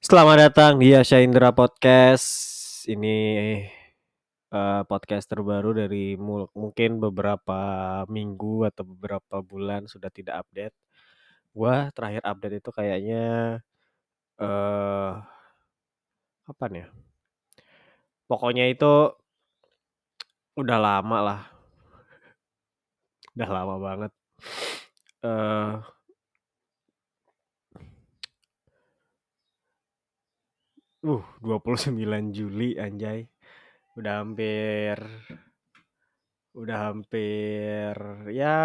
Selamat datang di Asya Indra Podcast. Ini podcast terbaru dari mungkin beberapa minggu atau beberapa bulan sudah tidak update. Gua terakhir update itu kayaknya eh kapan ya? Pokoknya itu udah lama lah, udah lama banget. Eh 29 Juli anjay. Udah hampir udah hampir ya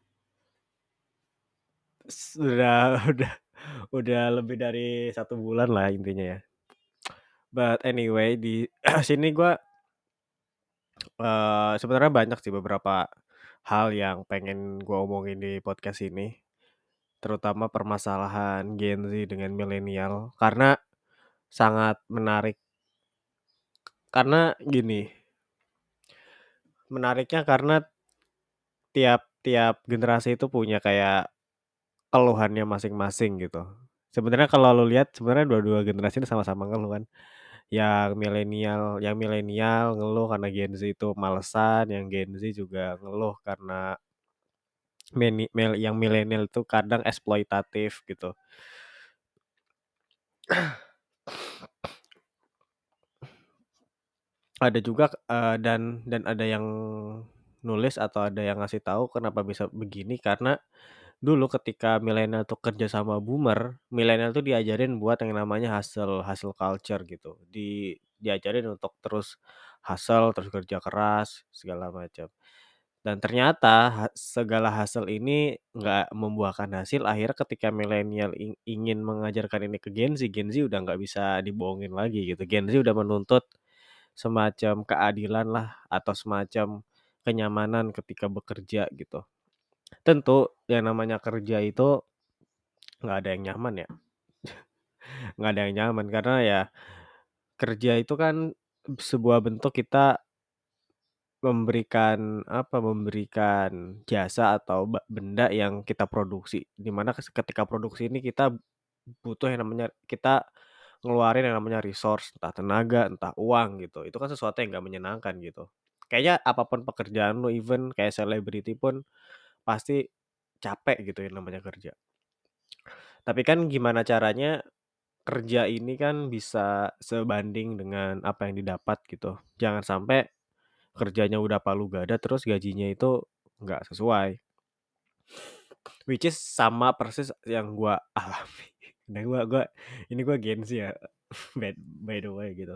sudah udah lebih dari 1 bulan lah intinya ya. But anyway, di sini gue sebenarnya banyak sih beberapa hal yang pengen gue omongin di podcast ini, terutama permasalahan Gen Z dengan milenial, karena sangat menarik. Karena gini, menariknya karena tiap-tiap generasi itu punya kayak keluhannya masing-masing gitu. Sebenarnya kalau lu lihat sebenarnya dua-dua generasi ini sama-sama ngeluh kan. Yang milenial ngeluh karena Gen Z itu malesan, yang Gen Z juga ngeluh karena yang milenial itu kadang eksploitatif gitu. Ada juga dan ada yang nulis atau ada yang ngasih tahu kenapa bisa begini karena dulu ketika milenial tuh kerja sama boomer, milenial tuh diajarin buat yang namanya hustle hustle culture gitu. Diajarin untuk terus hustle, terus kerja keras segala macam. Dan ternyata segala hasil ini nggak membuahkan hasil. Akhirnya ketika milenial ingin mengajarkan ini ke Gen Z udah nggak bisa dibohongin lagi gitu. Gen Z udah menuntut semacam keadilan lah atau semacam kenyamanan ketika bekerja gitu. Tentu yang namanya kerja itu nggak ada yang nyaman ya, nggak ada yang nyaman karena ya kerja itu kan sebuah bentuk kita memberikan jasa atau benda yang kita produksi. Di mana ketika produksi ini kita butuh yang namanya kita ngeluarin yang namanya resource, entah tenaga, entah uang gitu. Itu kan sesuatu yang nggak menyenangkan gitu. Kayaknya apapun pekerjaan lu, even kayak selebriti pun pasti capek gitu yang namanya kerja. Tapi kan gimana caranya kerja ini kan bisa sebanding dengan apa yang didapat gitu. Jangan sampai kerjanya udah palu gada terus gajinya itu nggak sesuai. Which is sama persis yang gua alami. Nah, gua ini gua Gen Z ya. By the way gitu.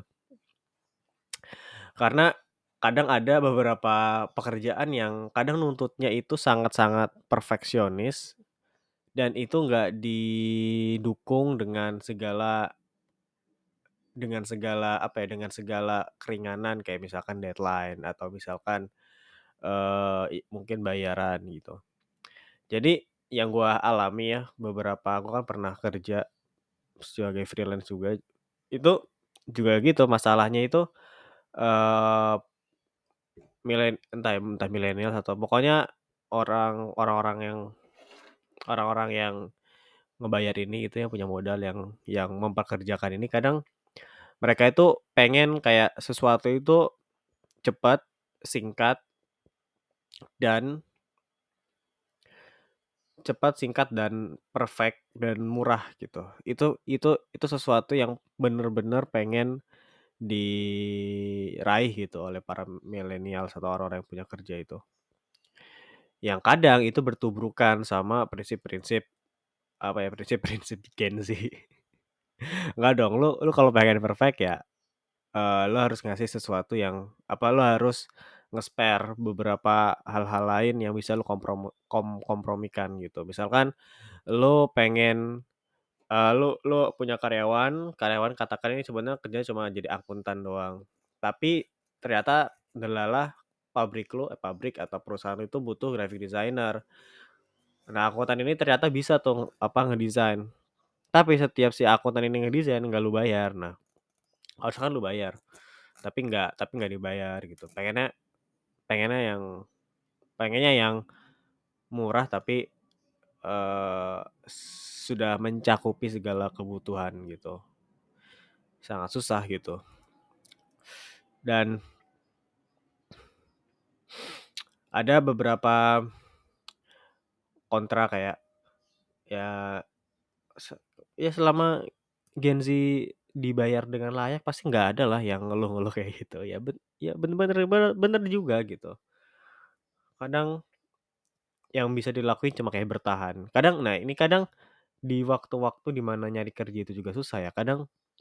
Karena kadang ada beberapa pekerjaan yang kadang nuntutnya itu sangat-sangat perfeksionis dan itu nggak didukung dengan segala apa ya, dengan segala keringanan kayak misalkan deadline atau misalkan mungkin bayaran gitu. Jadi yang gua alami ya aku kan pernah kerja sebagai freelance juga, itu juga gitu masalahnya itu eh entah milenial atau pokoknya orang-orang yang ngebayar ini itu yang punya modal yang mempekerjakan ini kadang mereka itu pengen kayak sesuatu itu cepat, singkat dan singkat dan perfect dan murah gitu. Itu sesuatu yang bener-bener pengen diraih gitu oleh para milenial atau orang-orang yang punya kerja itu. Yang kadang itu bertubrukan sama prinsip-prinsip apa ya, prinsip-prinsip Gen Z. Enggak dong, lu kalau pengen perfect ya lu harus ngasih sesuatu yang lu harus nge-spare beberapa hal-hal lain yang bisa lu kompromikan gitu. Misalkan lu pengen lu punya karyawan katakan ini sebenarnya kerjanya cuma jadi akuntan doang. Tapi ternyata delalah pabrik atau perusahaan itu butuh graphic designer. Nah, akuntan ini ternyata bisa tuh ngedesain. Tapi setiap si akuntan ini ngedesain nggak lu bayar. Nah, harusnya kan lu bayar. Tapi nggak dibayar gitu. Pengennya yang pengennya yang murah tapi sudah mencakupi segala kebutuhan gitu. sangat susah gitu. Dan ada beberapa kontra kayak ya ya selama Gen Z dibayar dengan layak pasti nggak ada lah yang ngeluh-ngeluh kayak gitu. Ya bener-bener bener juga gitu. Kadang yang bisa dilakuin cuma kayak bertahan. Kadang di waktu-waktu dimana nyari kerja itu juga susah ya. Kadang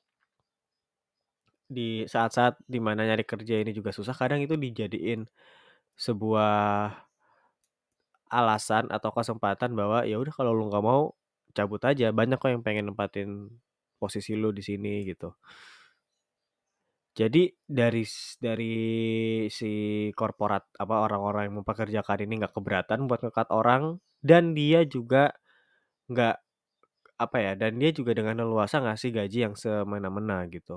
di saat-saat dimana nyari kerja ini juga susah, kadang itu dijadiin sebuah alasan atau kesempatan bahwa ya udah kalau lu nggak mau cabut aja, banyak kok yang pengen nempatin posisi lu di sini gitu. Jadi dari si korporat apa orang-orang yang mempekerjakan ini nggak keberatan buat nge-cut orang dan dia juga nggak apa ya, dan dia juga dengan leluasa ngasih gaji yang semena-mena gitu.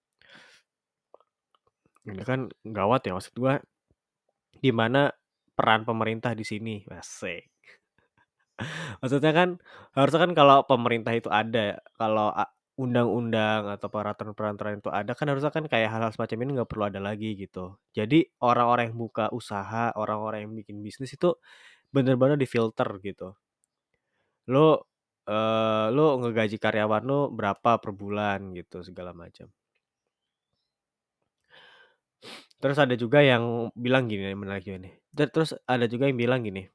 Ini kan gawat ya, maksud gua di mana peran pemerintah di sini? Asik. Maksudnya kan harusnya kan kalau pemerintah itu ada, kalau undang-undang atau peraturan-peraturan itu ada kan harusnya kan kayak hal-hal semacam ini nggak perlu ada lagi gitu. Jadi orang-orang yang buka usaha, orang-orang yang bikin bisnis itu bener-bener difilter gitu. Lu ngegaji karyawan lu berapa per bulan gitu segala macam. Terus ada juga yang bilang gini, yang menarik juga nih. Terus ada juga yang bilang gini,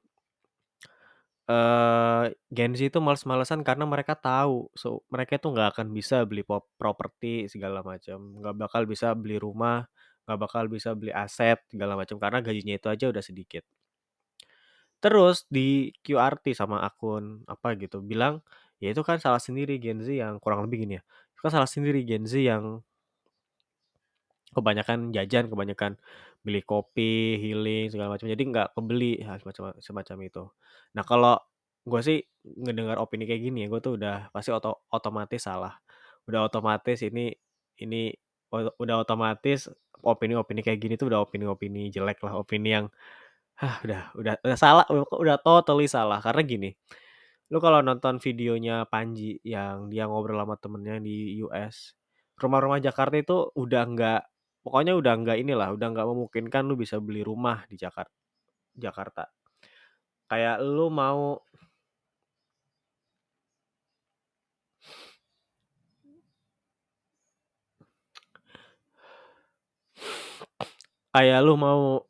Gen Z itu males-malesan karena mereka tahu mereka itu nggak akan bisa beli properti segala macam, nggak bakal bisa beli rumah, nggak bakal bisa beli aset segala macam karena gajinya itu aja udah sedikit. Terus di QRT sama akun apa gitu bilang, ya itu kan salah sendiri Gen Z yang kurang lebih gini ya, itu kan salah sendiri Gen Z yang kebanyakan jajan, kebanyakan beli kopi, healing, segala macam, jadi nggak kebeli hal semacam semacam itu. Nah, kalau gue sih ngedengar opini kayak gini ya, gue tuh udah pasti otomatis salah. Udah otomatis ini udah otomatis opini-opini kayak gini tuh udah opini-opini jelek lah, opini yang, udah salah, udah totally salah. Karena gini, lu kalau nonton videonya Panji yang dia ngobrol sama temennya di US, rumah-rumah Jakarta itu udah nggak pokoknya udah nggak inilah, udah nggak memungkinkan lu bisa beli rumah di Jakarta. Kayak lu mau kayak lu mau,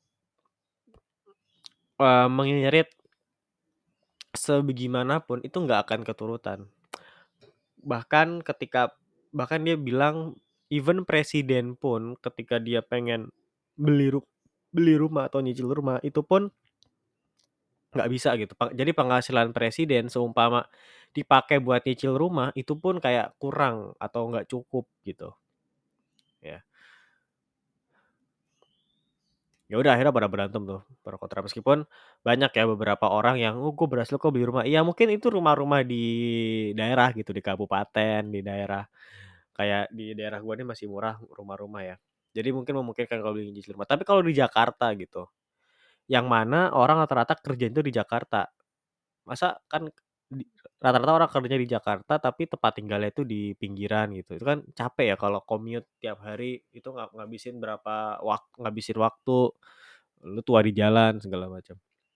menginherit sebagaimanapun itu nggak akan keturutan. Bahkan dia bilang even presiden pun ketika dia pengen beli ru beli rumah atau nyicil rumah, itu pun nggak bisa gitu. Jadi penghasilan presiden seumpama dipakai buat nyicil rumah, itu pun kayak kurang atau nggak cukup gitu, ya. Ya udah akhirnya pada berantem tuh, para kontra. Meskipun banyak ya beberapa orang yang, "Oh, gue berhasil kok beli rumah." Iya mungkin itu rumah-rumah di daerah gitu, di kabupaten, di daerah kayak di daerah gua nih masih murah rumah-rumah ya. Jadi mungkin memungkinkan kalau beli nyicil rumah. Tapi kalau di Jakarta gitu, yang mana orang rata-rata kerja itu di Jakarta. Masa kan di rata-rata orang kerja di Jakarta tapi tempat tinggalnya itu di pinggiran gitu. Itu kan capek ya kalau commute tiap hari itu ngabisin waktu, lu tua di jalan segala macam,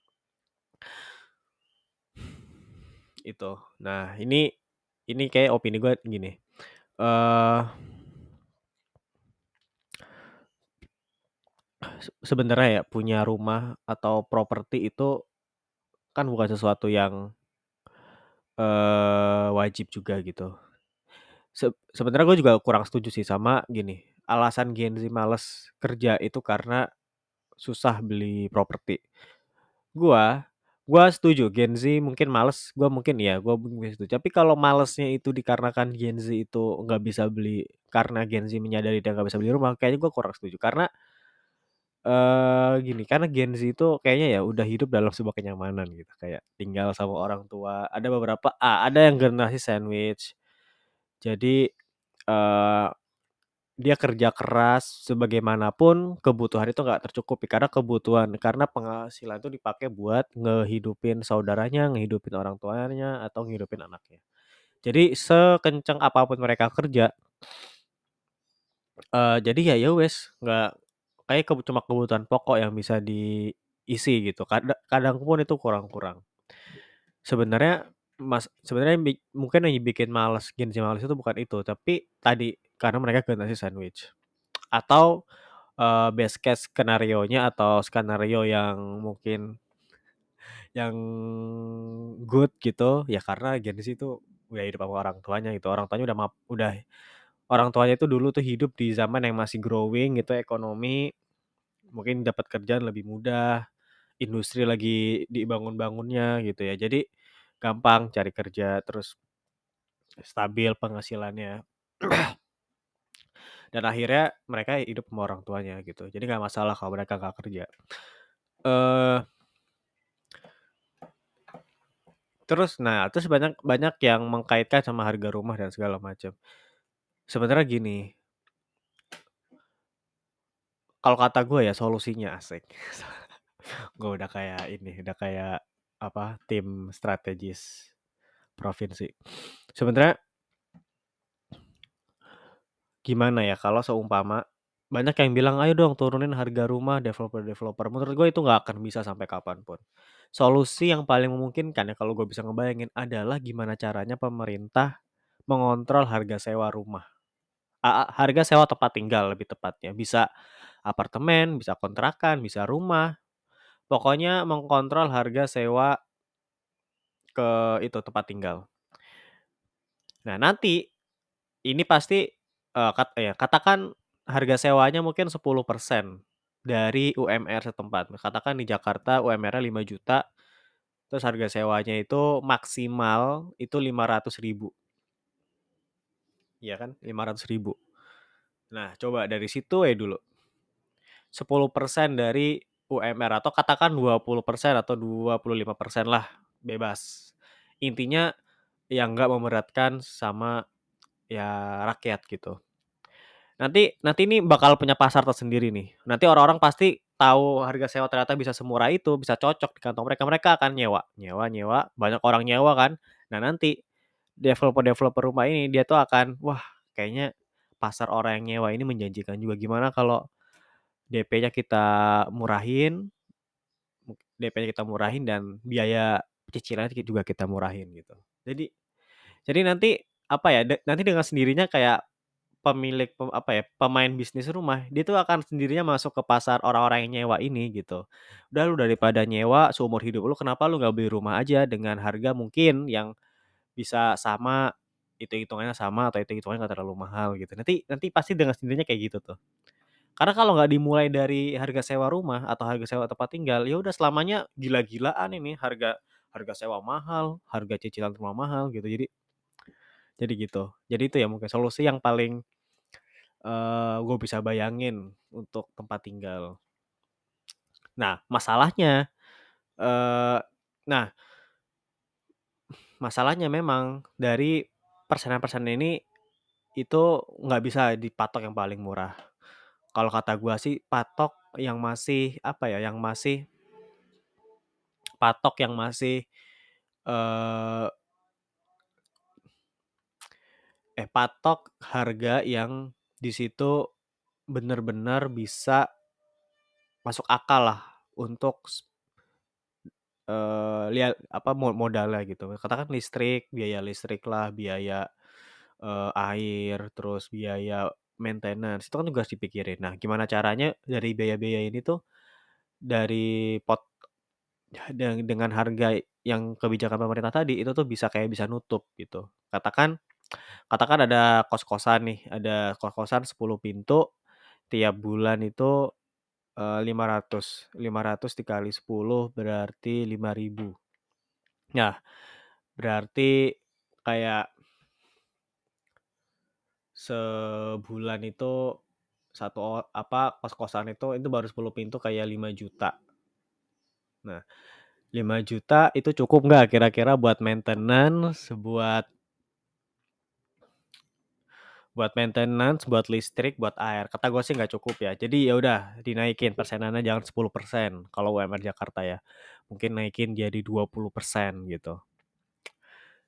itu. Nah, ini kayak opini gue gini, eee, sebenarnya ya punya rumah atau properti itu kan bukan sesuatu yang, wajib juga gitu. Sebenarnya gue juga kurang setuju sih sama gini, alasan Gen Z males kerja itu karena susah beli properti. Gua gua setuju Gen Z mungkin males, gua mungkin setuju. Tapi kalau malesnya itu dikarenakan Gen Z itu nggak bisa beli karena Gen Z menyadari dia nggak bisa beli rumah, kayaknya gua kurang setuju. Gini, karena Gen Z itu kayaknya ya udah hidup dalam sebuah kenyamanan gitu, kayak tinggal sama orang tua. Ada yang generasi sandwich. Jadi, eee dia kerja keras sebagaimanapun kebutuhan itu nggak tercukupi karena penghasilan itu dipakai buat ngehidupin saudaranya, ngehidupin orang tuanya, atau ngehidupin anaknya. Jadi sekencang apapun mereka kerja, Jadi ya wes, nggak kayak cuma kebutuhan pokok yang bisa diisi gitu, kadang pun itu kurang-kurang. Sebenarnya mungkin yang bikin males Gen Z males itu bukan itu, tapi tadi, karena mereka generasi sandwich. Atau, best case skenario-nya atau skenario yang mungkin yang good gitu, ya karena Gen Z itu udah hidup sama orang tuanya gitu, orang tuanya udah orang tuanya itu dulu tuh hidup di zaman yang masih growing gitu ekonomi, mungkin dapat kerjaan lebih mudah, industri lagi dibangun-bangunnya gitu ya. Jadi gampang cari kerja, terus stabil penghasilannya. Dan akhirnya mereka hidup sama orang tuanya gitu. Jadi nggak masalah kalau mereka nggak kerja. Eh terus banyak banyak yang mengkaitkan sama harga rumah dan segala macam. Sebenarnya gini, kalau kata gue ya solusinya asik. Gue udah kayak ini, udah kayak apa tim strategis provinsi. Sebenarnya gimana ya kalau seumpama banyak yang bilang ayo dong turunin harga rumah developer-developer. Menurut gue itu nggak akan bisa sampai kapanpun. Solusi yang paling memungkinkan ya kalau gue bisa ngebayangin adalah gimana caranya pemerintah mengontrol harga sewa rumah. Harga sewa tempat tinggal lebih tepatnya. Bisa apartemen, bisa kontrakan, bisa rumah. Pokoknya mengkontrol harga sewa ke itu tempat tinggal. Nah, nanti ini pasti katakan harga sewanya mungkin 10% dari UMR setempat. Katakan di Jakarta UMR-nya 5 juta, terus harga sewanya itu maksimal itu 500.000, iya kan? 500.000. Nah, coba dari situ dulu. 10% dari UMR atau katakan 20% atau 25% lah, bebas. Intinya yang nggak memberatkan sama ya rakyat gitu. Nanti nanti ini bakal punya pasar tersendiri nih. Nanti orang-orang pasti tahu harga sewa ternyata bisa semurah itu, bisa cocok di kantong mereka. Mereka akan nyewa, nyewa, nyewa, banyak orang nyewa kan. Nah, nanti developer-developer rumah ini dia tuh akan, wah, kayaknya pasar orang yang nyewa ini menjanjikan juga. Gimana kalau DP-nya kita murahin, DP-nya kita murahin dan biaya cicilannya juga kita murahin gitu. Jadi jadi nanti apa ya, nanti dengan sendirinya kayak pemilik pemain bisnis rumah, dia tuh akan sendirinya masuk ke pasar orang-orang yang nyewa ini gitu. Udah lu daripada nyewa seumur hidup lu, kenapa lu nggak beli rumah aja dengan harga mungkin yang bisa sama, hitung-hitungannya sama atau hitung-hitungannya nggak terlalu mahal gitu. Nanti nanti pasti dengan sendirinya kayak gitu tuh. Karena kalau nggak dimulai dari harga sewa rumah atau harga sewa tempat tinggal, ya udah selamanya gila-gilaan ini harga harga sewa mahal, harga cicilan rumah mahal gitu. Jadi gitu. Jadi itu ya mungkin solusi yang paling gue bisa bayangin untuk tempat tinggal. Nah, eee, nah, masalahnya memang dari persenan-persenan ini itu nggak bisa dipatok yang paling murah. Kalau kata gue sih patok yang masih, apa ya, yang masih patok yang masih, eee, patok harga yang di situ bener-bener bisa masuk akal lah untuk lihat apa, modalnya gitu. Katakan listrik, biaya listrik lah, biaya, air, terus biaya maintenance, itu kan juga harus dipikirin. Nah, gimana caranya dari biaya-biaya ini tuh, dari dengan harga yang kebijakan pemerintah tadi, itu tuh bisa kayak bisa nutup gitu. Katakan katakan ada kos-kosan nih, ada kos-kosan 10 pintu, tiap bulan itu, 500 dikali 10 berarti 5.000. Nah, berarti kayak sebulan itu kos-kosan itu baru 10 pintu kayak 5 juta. Nah, 5 juta itu cukup nggak kira-kira buat maintenance, buat listrik, buat air? Kata gue sih nggak cukup ya. Jadi ya udah dinaikin persenannya jangan 10% kalau UMR Jakarta ya. Mungkin naikin jadi 20% gitu.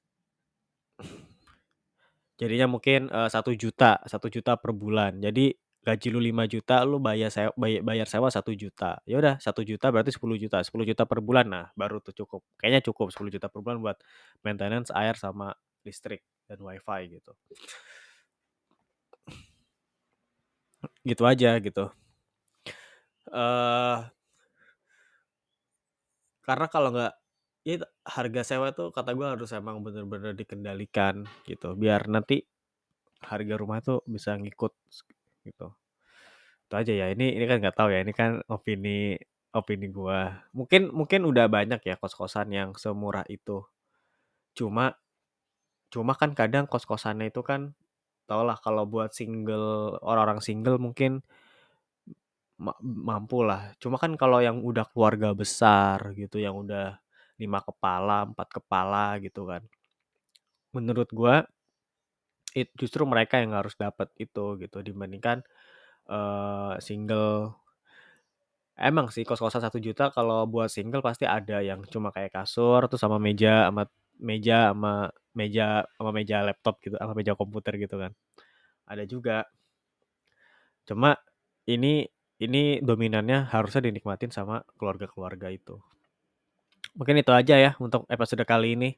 Jadinya mungkin 1 juta per bulan. Jadi gaji lu 5 juta, lu bayar sewa 1 juta. Ya udah 1 juta berarti 10 juta, 10 juta per bulan. Nah, baru tuh cukup. Kayaknya cukup 10 juta per bulan buat maintenance air sama listrik dan wifi gitu. Gitu aja gitu. Eh karena kalau nggak, ya harga sewa tuh kata gue harus emang bener-bener dikendalikan gitu. Biar nanti harga rumah tuh bisa ngikut gitu. Itu aja ya. Ini kan nggak tahu ya. Ini kan opini gua. Mungkin udah banyak ya kos-kosan yang semurah itu. Cuma cuma kan kadang kos-kosannya itu kan tau lah kalau buat orang-orang single mungkin mampu lah. Cuma kan kalau yang udah keluarga besar gitu, yang udah 5 kepala, 4 kepala gitu kan. Menurut gua justru mereka yang harus dapat itu gitu dibandingkan single. Emang sih kos-kosan 1 juta kalau buat single pasti ada yang cuma kayak kasur tuh sama meja sama meja laptop gitu, sama meja komputer gitu kan. Ada juga. Cuma ini dominannya harusnya dinikmatin sama keluarga-keluarga itu. Mungkin itu aja ya untuk episode kali ini.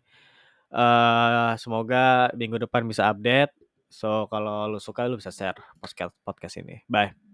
Semoga minggu depan bisa update. So kalau lu suka lu bisa share podcast ini. Bye.